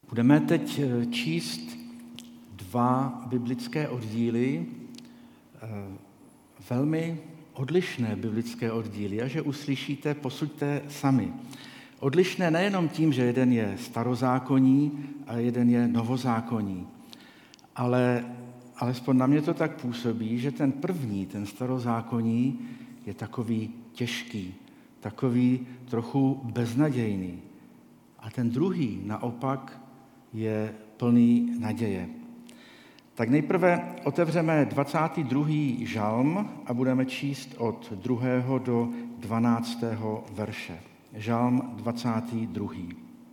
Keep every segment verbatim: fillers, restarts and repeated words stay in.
Budeme teď číst dva biblické oddíly, velmi odlišné biblické oddíly, a že uslyšíte, posuďte sami. Odlišné nejenom tím, že jeden je starozákonní a jeden je novozákonní, ale alespoň na mě to tak působí, že ten první, ten starozákonní, je takový těžký, takový trochu beznadějný. A ten druhý naopak je plný naděje. Tak nejprve otevřeme dvacátý druhý žalm a budeme číst od druhého do dvanáctého verše. Žalm dvacátý druhý.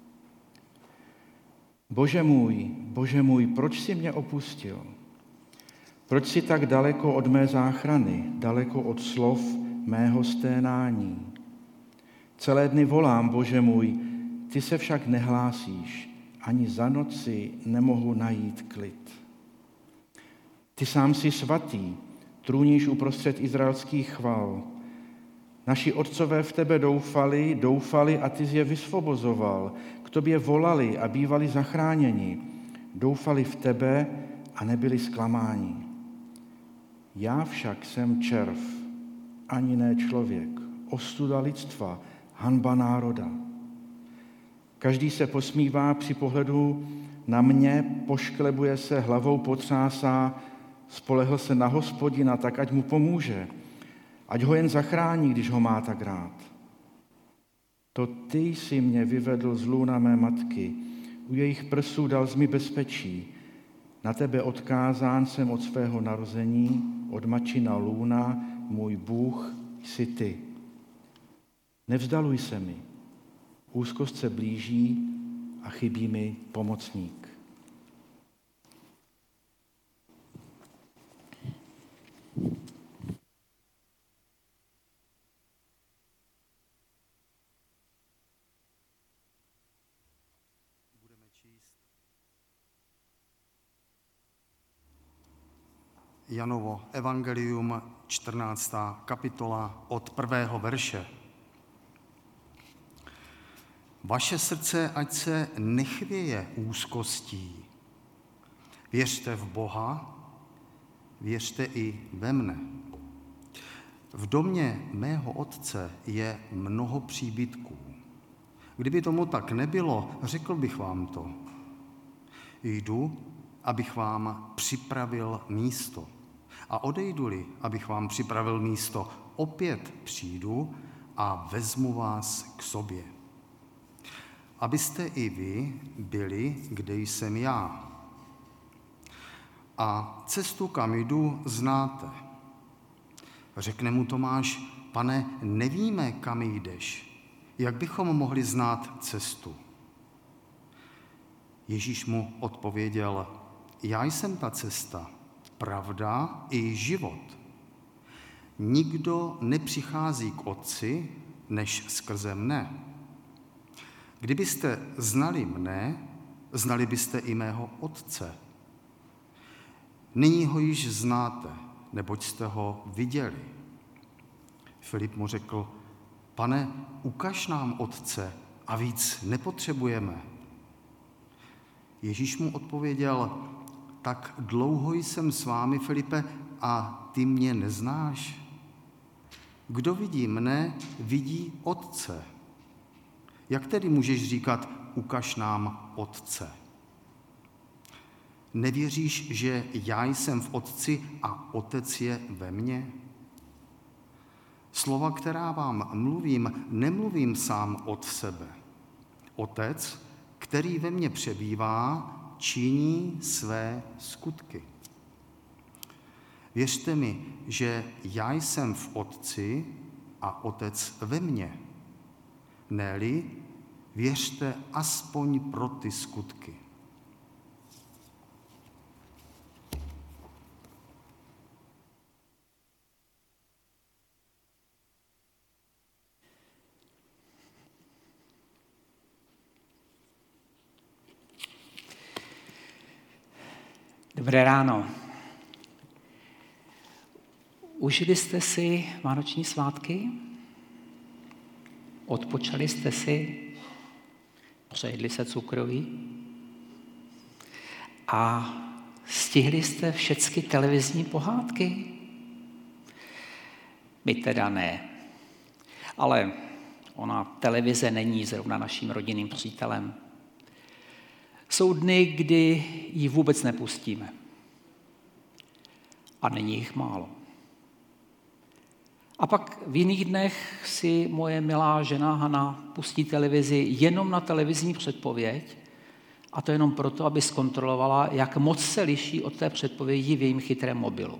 Bože můj, Bože můj, proč jsi mě opustil? Proč jsi tak daleko od mé záchrany, daleko od slov mého sténání? Celé dny volám, Bože můj, ty se však nehlásíš, ani za noci nemohu najít klid. Ty sám jsi svatý, trůníš uprostřed izraelských chval. Naši otcové v tebe doufali, doufali a ty jsi je vysvobozoval. K tobě volali a bývali zachráněni. Doufali v tebe a nebyli zklamáni. Já však jsem červ, ani ne člověk, ostuda lidstva, hanba národa. Každý se posmívá při pohledu na mě, pošklebuje se, hlavou potřásá, spolehl se na Hospodina, tak ať mu pomůže, ať ho jen zachrání, když ho má tak rád. To ty jsi mě vyvedl z lůna mé matky, u jejich prsů dal jsi mi bezpečí. Na tebe odkázán jsem od svého narození, od mačina lůna, můj Bůh jsi ty. Nevzdaluj se mi, úzkost se blíží a chybí mi pomocník. Budeme číst Janovo evangelium, čtrnáctá kapitola od prvého verše. Vaše srdce ať se nechvěje úzkostí. Věřte v Boha, věřte i ve mne. V domě mého otce je mnoho příbytků. Kdyby tomu tak nebylo, řekl bych vám to. Jdu, abych vám připravil místo. A odejdu-li, abych vám připravil místo, opět přijdu a vezmu vás k sobě. Abyste i vy byli, kde jsem já. A cestu, kam jdu, znáte. Řekne mu Tomáš, Pane, nevíme, kam jdeš. Jak bychom mohli znát cestu? Ježíš mu odpověděl, já jsem ta cesta, pravda i život. Nikdo nepřichází k Otci, než skrze mne. Kdybyste znali mne, znali byste i mého Otce. Nyní ho již znáte, neboť jste ho viděli. Filip mu řekl, Pane, ukaž nám Otce a víc nepotřebujeme. Ježíš mu odpověděl, tak dlouho jsem s vámi, Filipe, a ty mě neznáš? Kdo vidí mne, vidí Otce. Jak tedy můžeš říkat, ukaž nám Otce? Nevěříš, že já jsem v Otci a Otec je ve mně? Slova, která vám mluvím, nemluvím sám od sebe. Otec, který ve mně přebývá, činí své skutky. Věřte mi, že já jsem v Otci a Otec ve mně. Ne-li, věřte aspoň pro ty skutky. Dobré ráno. Užili jste si vánoční svátky? Odpočali jste si? Přejedli se cukroví? A stihli jste všechny televizní pohádky? My teda ne. Ale ona televize není zrovna naším rodinným přítelem. Jsou dny, kdy ji vůbec nepustíme. A není jich málo. A pak v jiných dnech si moje milá žena Hana pustí televizi jenom na televizní předpověď, a to jenom proto, aby zkontrolovala, jak moc se liší od té předpovědi v jejím chytrém mobilu.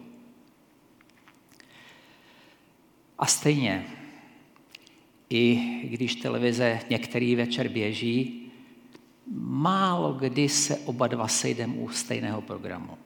A stejně, i když televize některý večer běží, málo kdy se oba dva sejdeme u stejného programu.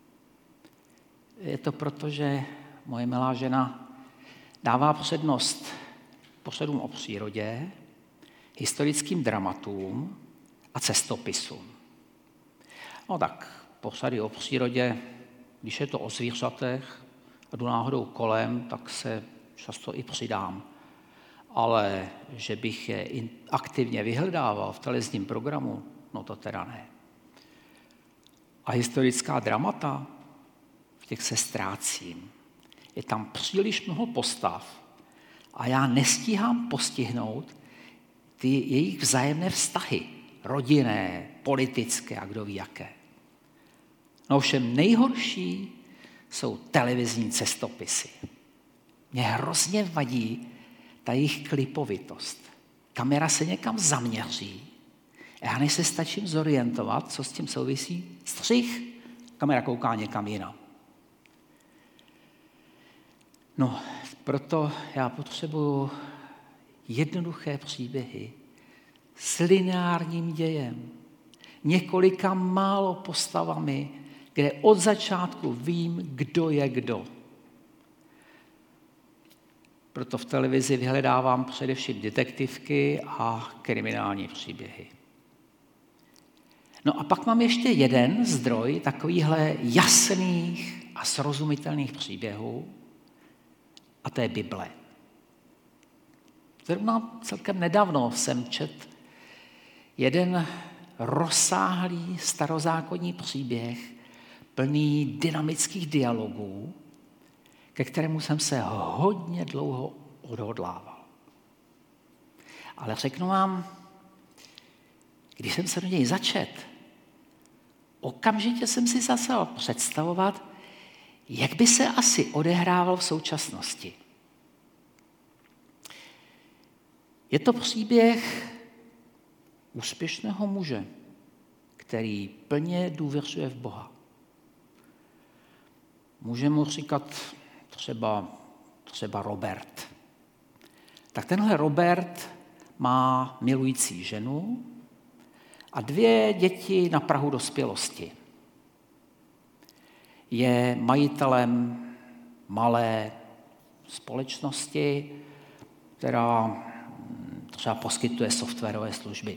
Je to proto, že moje milá žena dává přednost pořadům o přírodě, historickým dramatům a cestopisům. No tak pořady o přírodě, když je to o zvířatech a jdu náhodou kolem, tak se často i přidám. Ale že bych je aktivně vyhledával v televizním programu, no to teda ne. A historická dramata, v těch se ztrácím. Je tam příliš mnoho postav a já nestíhám postihnout ty jejich vzájemné vztahy, rodinné, politické a kdo ví jaké. No ovšem nejhorší jsou televizní cestopisy. Mě hrozně vadí ta jejich klipovitost. Kamera se někam zaměří a já než se stačím zorientovat, co s tím souvisí, střih, kamera kouká někam jinam. No, proto já potřebuju jednoduché příběhy s lineárním dějem, několika málo postavami, kde od začátku vím, kdo je kdo. Proto v televizi vyhledávám především detektivky a kriminální příběhy. No a pak mám ještě jeden zdroj takovýchhle jasných a srozumitelných příběhů, a to je Bible. Zrovna celkem nedávno jsem četl jeden rozsáhlý starozákonní příběh, plný dynamických dialogů, ke kterému jsem se hodně dlouho odhodlával. Ale řeknu vám, když jsem se do něj začet, okamžitě jsem si začal představovat, jak by se asi odehrával v současnosti. Je to příběh úspěšného muže, který plně důvěřuje v Boha. Můžeme mu říkat třeba, třeba Robert. Tak tenhle Robert má milující ženu a dvě děti na prahu dospělosti. Je majitelem malé společnosti, která třeba poskytuje softwarové služby.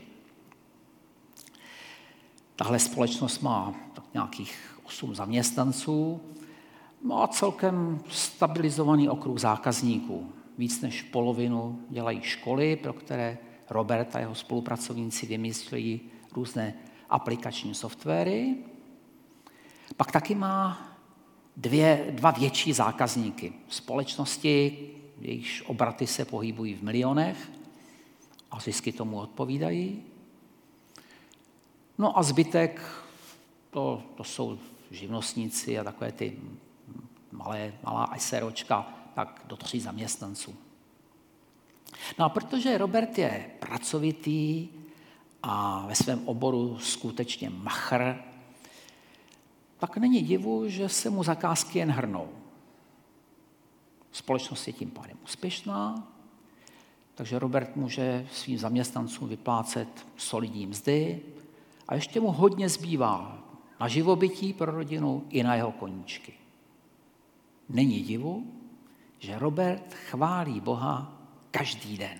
Tahle společnost má tak nějakých osm zaměstnanců, má celkem stabilizovaný okruh zákazníků. Víc než polovinu dělají školy, pro které Robert a jeho spolupracovníci vymyslí různé aplikační softwary. Pak taky má dvě, dva větší zákazníky. Společnosti, jejichž obraty se pohybují v milionech a zisky tomu odpovídají. No a zbytek, to, to jsou živnostníci a takové ty malé, malá eseročka, tak do tří zaměstnanců. No a protože Robert je pracovitý a ve svém oboru skutečně machr, tak není divu, že se mu zakázky jen hrnou. Společnost je tím pádem úspěšná, takže Robert může svým zaměstnancům vyplácet solidní mzdy a ještě mu hodně zbývá na živobytí pro rodinu i na jeho koníčky. Není divu, že Robert chválí Boha každý den.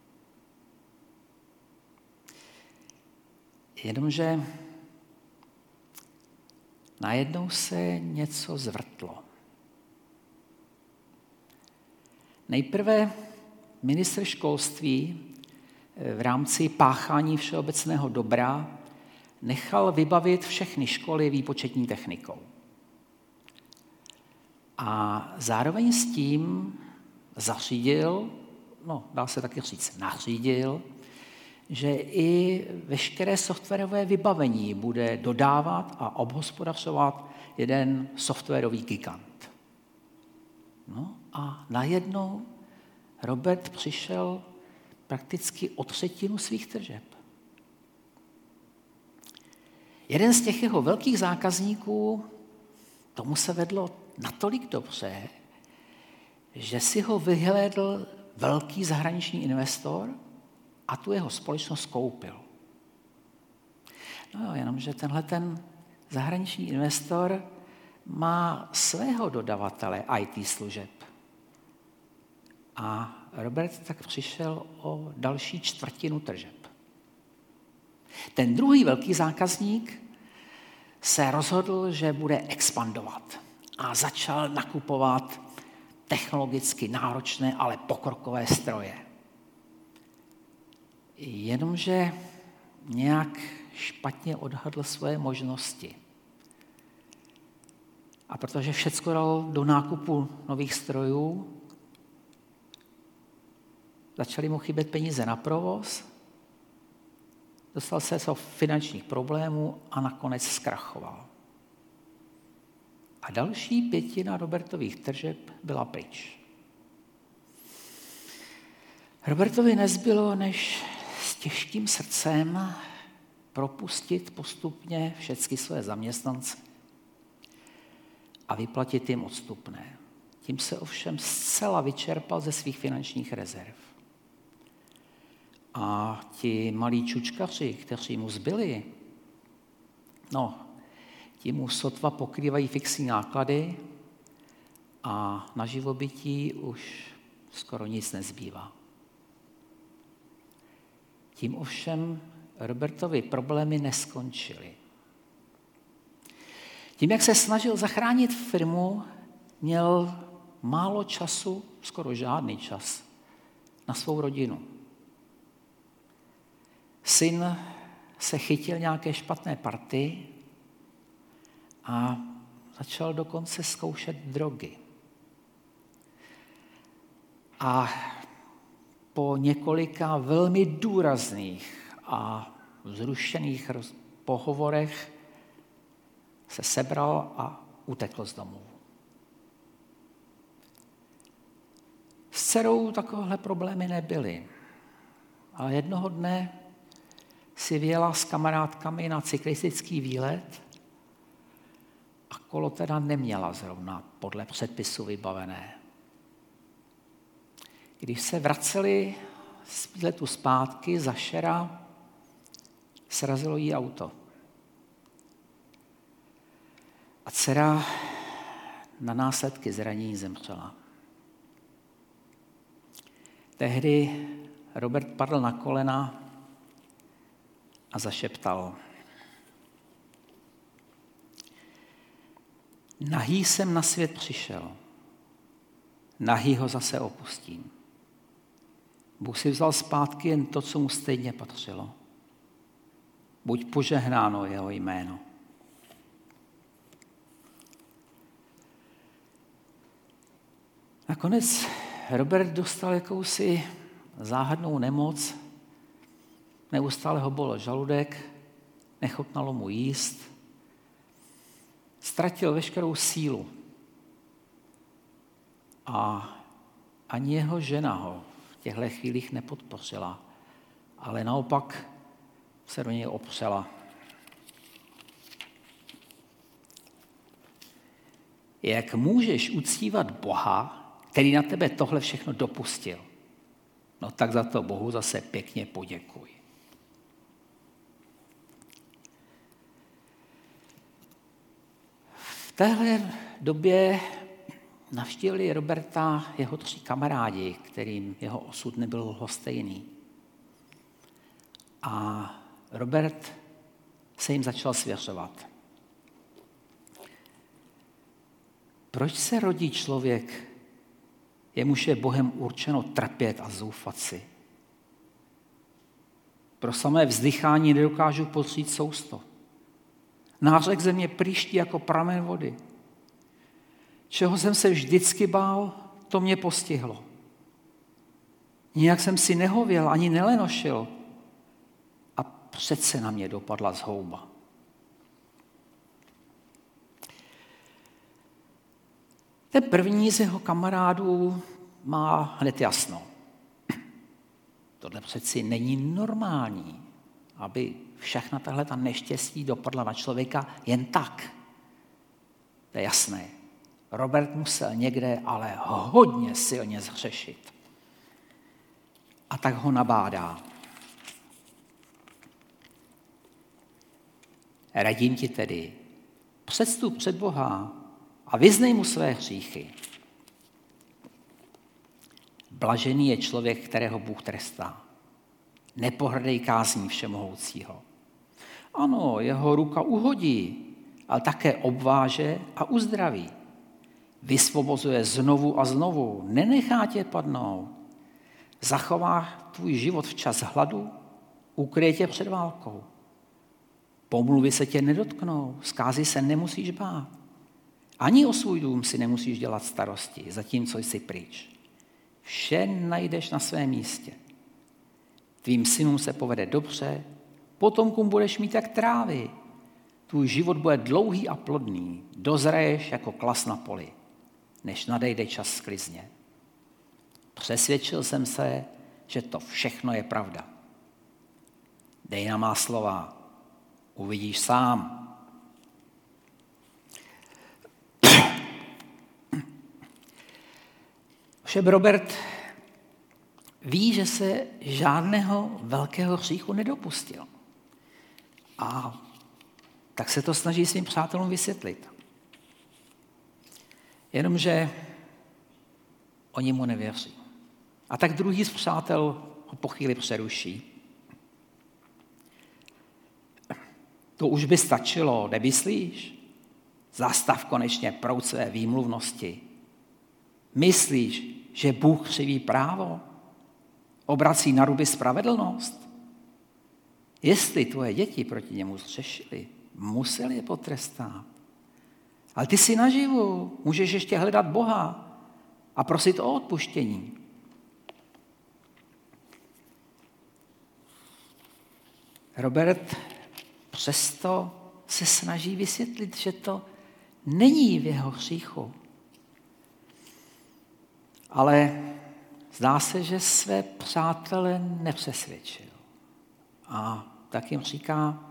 Jenomže najednou se něco zvrtlo. Nejprve ministr školství v rámci páchání všeobecného dobra nechal vybavit všechny školy výpočetní technikou. A zároveň s tím zařídil, no dá se taky říct nařídil, že i veškeré softwarové vybavení bude dodávat a obhospodařovat jeden softwarový gigant. No a najednou Robert přišel prakticky o třetinu svých tržeb. Jeden z těch jeho velkých zákazníků, tomu se vedlo natolik dobře, že si ho vyhlédl velký zahraniční investor a tu jeho společnost koupil. No jo, jenomže tenhle ten zahraniční investor má svého dodavatele í té služeb. A Robert tak přišel o další čtvrtinu tržeb. Ten druhý velký zákazník se rozhodl, že bude expandovat a začal nakupovat technologicky náročné, ale pokrokové stroje. Jenomže nějak špatně odhadl svoje možnosti. A protože všecko dal do nákupu nových strojů, začaly mu chybět peníze na provoz, dostal se do finančních problémů a nakonec zkrachoval. A další pětina Robertových tržeb byla pryč. Robertovi nezbylo, než s těžkým srdcem propustit postupně všechny své zaměstnance a vyplatit jim odstupné. Tím se ovšem zcela vyčerpal ze svých finančních rezerv. A ti malí čučkaři, kteří mu zbyli, no, ti mu sotva pokrývají fixní náklady a na živobytí už skoro nic nezbývá. Tím ovšem Robertovi problémy neskončily. Tím, jak se snažil zachránit firmu, měl málo času, skoro žádný čas, na svou rodinu. Syn se chytil nějaké špatné party a začal dokonce zkoušet drogy. A po několika velmi důrazných a vzrušených pohovorech se sebral a utekl z domu. S dcerou takovéhle problémy nebyly, ale jednoho dne si vyjela s kamarádkami na cyklistický výlet a kolo teda neměla zrovna podle předpisu vybavené. Když se vraceli z výletu zpátky za šera, srazilo jí auto. A dcera na následky zranění zemřela. Tehdy Robert padl na kolena a zašeptal: Nahý jsem na svět přišel, nahý ho zase opustím. Bůh si vzal zpátky jen to, co mu stejně patřilo. Buď požehnáno jeho jméno. Nakonec Robert dostal jakousi záhadnou nemoc, neustále ho bolel žaludek, nechutnalo mu jíst, ztratil veškerou sílu a ani jeho žena ho v těchto chvílích nepodpořila, ale naopak se do něj opřela. Jak můžeš uctívat Boha, který na tebe tohle všechno dopustil? No tak za to Bohu zase pěkně poděkuj. V téhle době navštívili Roberta jeho tři kamarádi, kterým jeho osud nebyl lhostejný. A Robert se jim začal svěřovat. Proč se rodí člověk, jemuž je Bohem určeno trpět a zoufat si? Pro samé vzdychání nedokážu potřít sousto. Nářek země prýští jako pramen vody. Čeho jsem se vždycky bál, to mě postihlo. Nijak jsem si nehověl, ani nelenošil. A přece na mě dopadla zhouba. Ten první z jeho kamarádů má hned jasno. Tohle přeci není normální, aby všechna tahle ta neštěstí dopadla na člověka jen tak. To je jasné. Robert musel někde ale hodně silně zhřešit. A tak ho nabádá. Radím ti tedy, předstup před Boha a vyznej mu své hříchy. Blažený je člověk, kterého Bůh trestá. Nepohrdej kázní všemohoucího. Ano, jeho ruka uhodí, ale také obváže a uzdraví. Vysvobozuje znovu a znovu, nenechá tě padnout. Zachová tvůj život v čas hladu, ukryje tě před válkou. Pomluvy se tě nedotknou, zkázy se nemusíš bát. Ani o svůj dům si nemusíš dělat starosti, zatímco jsi pryč. Vše najdeš na svém místě. Tvým synům se povede dobře, potomkům budeš mít jak trávy. Tvůj život bude dlouhý a plodný, dozraješ jako klas na poli, než nadejde čas sklizně. Přesvědčil jsem se, že to všechno je pravda. Dej na má slova, uvidíš sám. Všem Robert ví, že se žádného velkého hříchu nedopustil. A tak se to snaží svým přátelům vysvětlit. Jenomže oni mu nevěří. A tak druhý z přátel ho po chvíli přeruší. To už by stačilo, nemyslíš? Zastav konečně proud své výmluvnosti. Myslíš, že Bůh křiví právo? Obrací na ruby spravedlnost? Jestli tvoje děti proti němu zřešily, museli je potrestat. Ale ty jsi naživu, můžeš ještě hledat Boha a prosit o odpuštění. Robert přesto se snaží vysvětlit, že to není v jeho hříchu. Ale zdá se, že své přátele nepřesvědčil. A tak jim říká,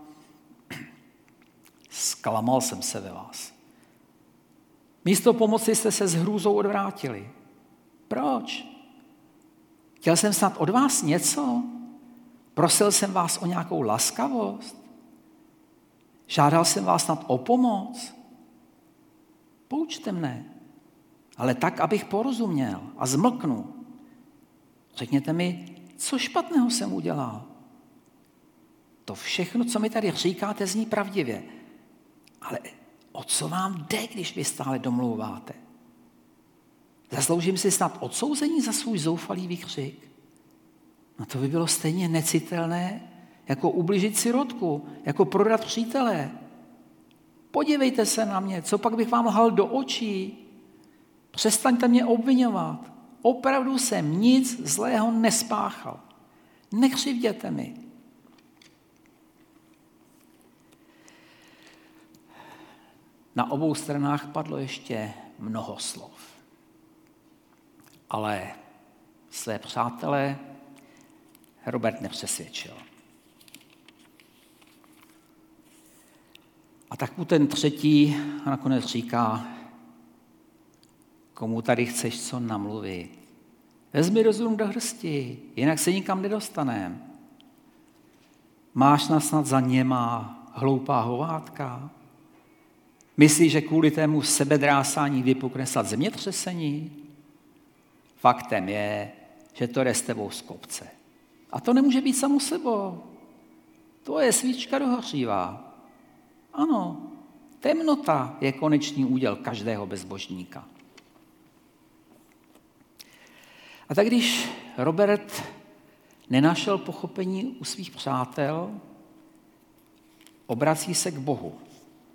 zklamal jsem se ve vás. Místo pomoci jste se s hrůzou odvrátili. Proč? Chtěl jsem snad od vás něco? Prosil jsem vás o nějakou laskavost? Žádal jsem vás snad o pomoc? Poučte mne, ale tak, abych porozuměl a zmlknu. Řekněte mi, co špatného jsem udělal. To všechno, co mi tady říkáte, zní pravdivě. Ale o co vám jde, když vy stále domlouváte? Zasloužím si snad odsouzení za svůj zoufalý výkřik? No to by bylo stejně necitelné, jako ublížit sirotku, jako prodat přítele. Podívejte se na mě, co pak bych vám lhal do očí? Přestaňte mě obviňovat. Opravdu jsem nic zlého nespáchal. Nekřivděte mi. Na obou stranách padlo ještě mnoho slov. Ale své přátele Robert nepřesvědčil. A tak mu ten třetí nakonec říká, komu tady chceš co namluvit? Vezmi rozum do hrsti, jinak se nikam nedostaneme. Máš nás snad za něma hloupá hovádka? Myslíš, že kvůli tému sebedrásání vypukne snad zemětřesení? Faktem je, že to jde s tebou z kopce. A to nemůže být samo sebou. To je svíčka dohořívá. Ano, temnota je konečný úděl každého bezbožníka. A tak když Robert nenašel pochopení u svých přátel, obrací se k Bohu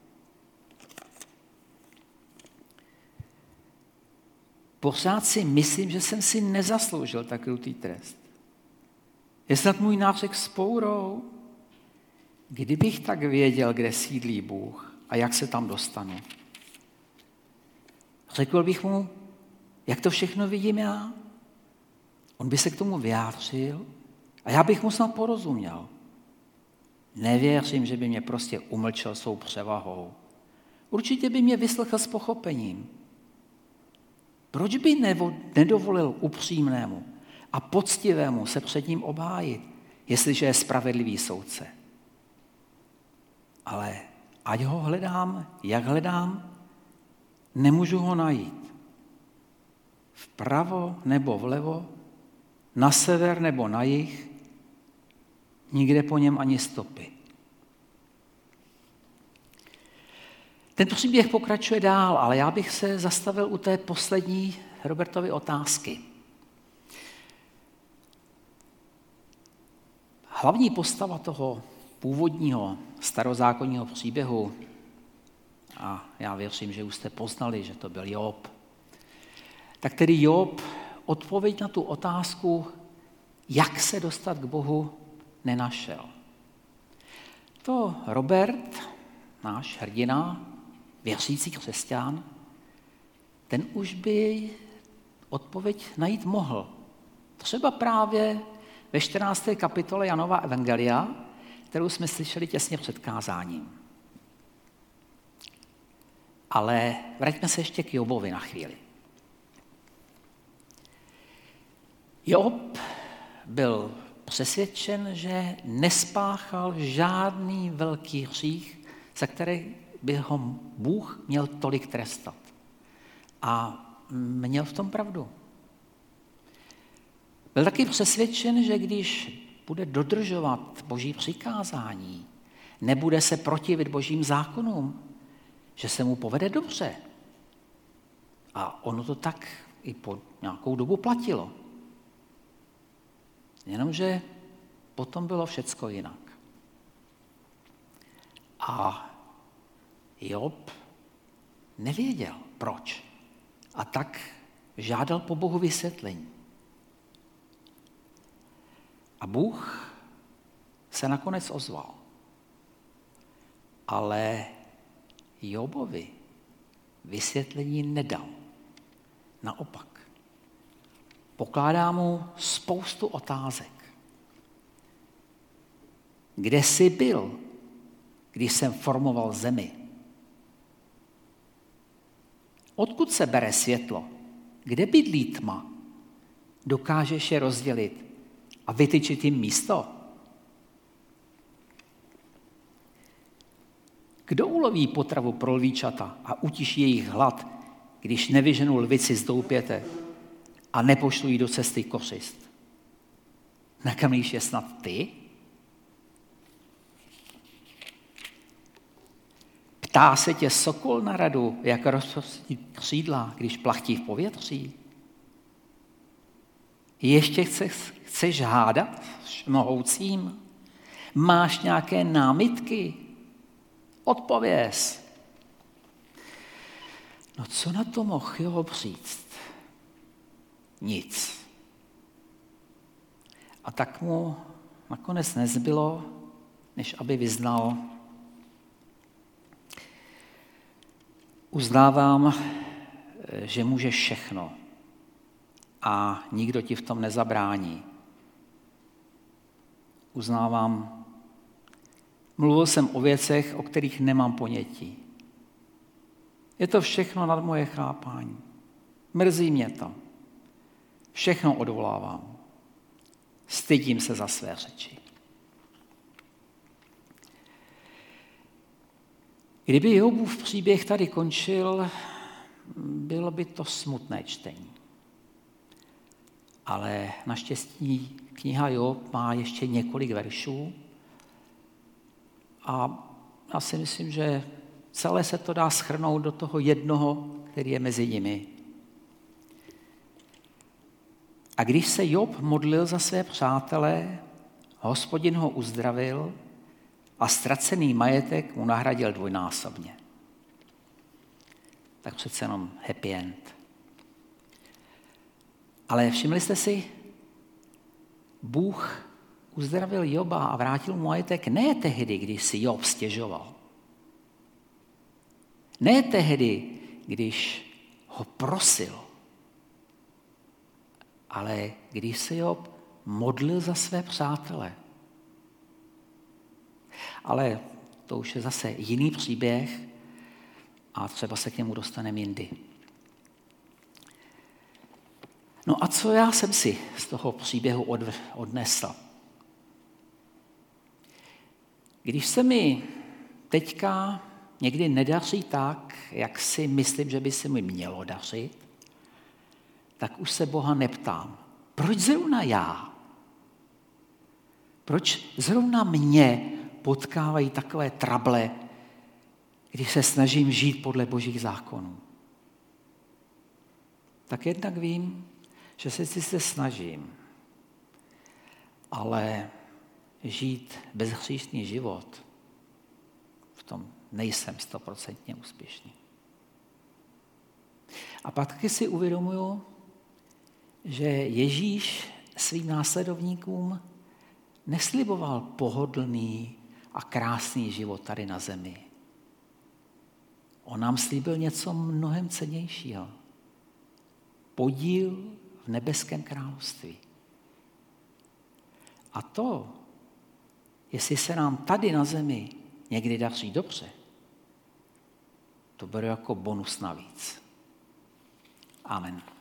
pořád si myslím, že jsem si nezasloužil tak krutý trest. Je snad můj nářek vzpourou? Kdybych tak věděl, kde sídlí Bůh a jak se tam dostanu. Řekl bych mu, jak to všechno vidím já. On by se k tomu vyjádřil a já bych mu snad porozuměl. Nevěřím, že by mě prostě umlčel svou převahou. Určitě by mě vyslechl s pochopením. Proč by nedovolil upřímnému a poctivému se před ním obhájit, jestliže je spravedlivý soudce? Ale ať ho hledám, jak hledám, nemůžu ho najít. Vpravo nebo vlevo, na sever nebo na jih, nikde po něm ani stopy. Ten příběh pokračuje dál, ale já bych se zastavil u té poslední Robertovy otázky. Hlavní postava toho původního starozákonního příběhu, a já věřím, že už jste poznali, že to byl Job, tak tedy Job odpověď na tu otázku, jak se dostat k Bohu, nenašel. To Robert, náš hrdina, věřící křesťan, ten už by odpověď najít mohl. Třeba právě ve čtrnácté kapitole Janova evangelia, kterou jsme slyšeli těsně před kázáním. Ale vraťme se ještě k Jobovi na chvíli. Job byl přesvědčen, že nespáchal žádný velký hřích, za který by ho Bůh měl tolik trestat. A měl v tom pravdu. Byl taky přesvědčen, že když bude dodržovat Boží přikázání, nebude se protivit Božím zákonům, že se mu povede dobře. A ono to tak i po nějakou dobu platilo. Jenomže potom bylo všecko jinak. A Job nevěděl, proč. A tak žádal po Bohu vysvětlení. A Bůh se nakonec ozval. Ale Jobovi vysvětlení nedal. Naopak. Pokládá mu spoustu otázek. Kde jsi byl, když jsem formoval zemi? Odkud se bere světlo? Kde bydlí tma? Dokážeš je rozdělit a vytyčit jim místo? Kdo uloví potravu pro lvíčata a utiší jejich hlad, když nevyženu lvici z doupěte a nepošlu jí do cesty kořist? Nakrmíš je snad ty? Ptá se tě sokol na radu, jak rozprostřít křídla, když plachtí v povětří? Ještě chceš, chceš hádat s mohoucím? Máš nějaké námitky? Odpověz. No co na to mohl Job říct? Nic. A tak mu nakonec nezbylo, než aby vyznal: uznávám, že můžeš všechno a nikdo ti v tom nezabrání. Uznávám, mluvil jsem o věcech, o kterých nemám ponětí. Je to všechno nad moje chápání. Mrzí mě to. Všechno odvolávám. Stydím se za své řeči. Kdyby Jobův příběh tady končil, bylo by to smutné čtení. Ale naštěstí kniha Job má ještě několik veršů a já si myslím, že celé se to dá shrnout do toho jednoho, který je mezi nimi. A když se Job modlil za své přátele, Hospodin ho uzdravil a ztracený majetek mu nahradil dvojnásobně. Tak přece jenom happy end. Ale všimli jste si, Bůh uzdravil Joba a vrátil mu majetek ne tehdy, když si Job stěžoval. Ne tehdy, když ho prosil, ale když se Job modlil za své přátele. Ale to už je zase jiný příběh a třeba se k němu dostaneme jindy. No a co já jsem si z toho příběhu odnesl? Když se mi teďka někdy nedaří tak, jak si myslím, že by se mi mělo dařit, tak už se Boha neptám. Proč zrovna já? Proč zrovna mě potkávají takové trable, když se snažím žít podle Božích zákonů? Tak jednak vím, že se sice snažím, ale žít bezhříšný život, v tom nejsem stoprocentně úspěšný. A pak taky si uvědomuju, že Ježíš svým následovníkům nesliboval pohodlný a krásný život tady na zemi. On nám slíbil něco mnohem cennějšího. Podíl v nebeském království. A to, jestli se nám tady na zemi někdy daří dobře, to beru jako bonus navíc. Amen.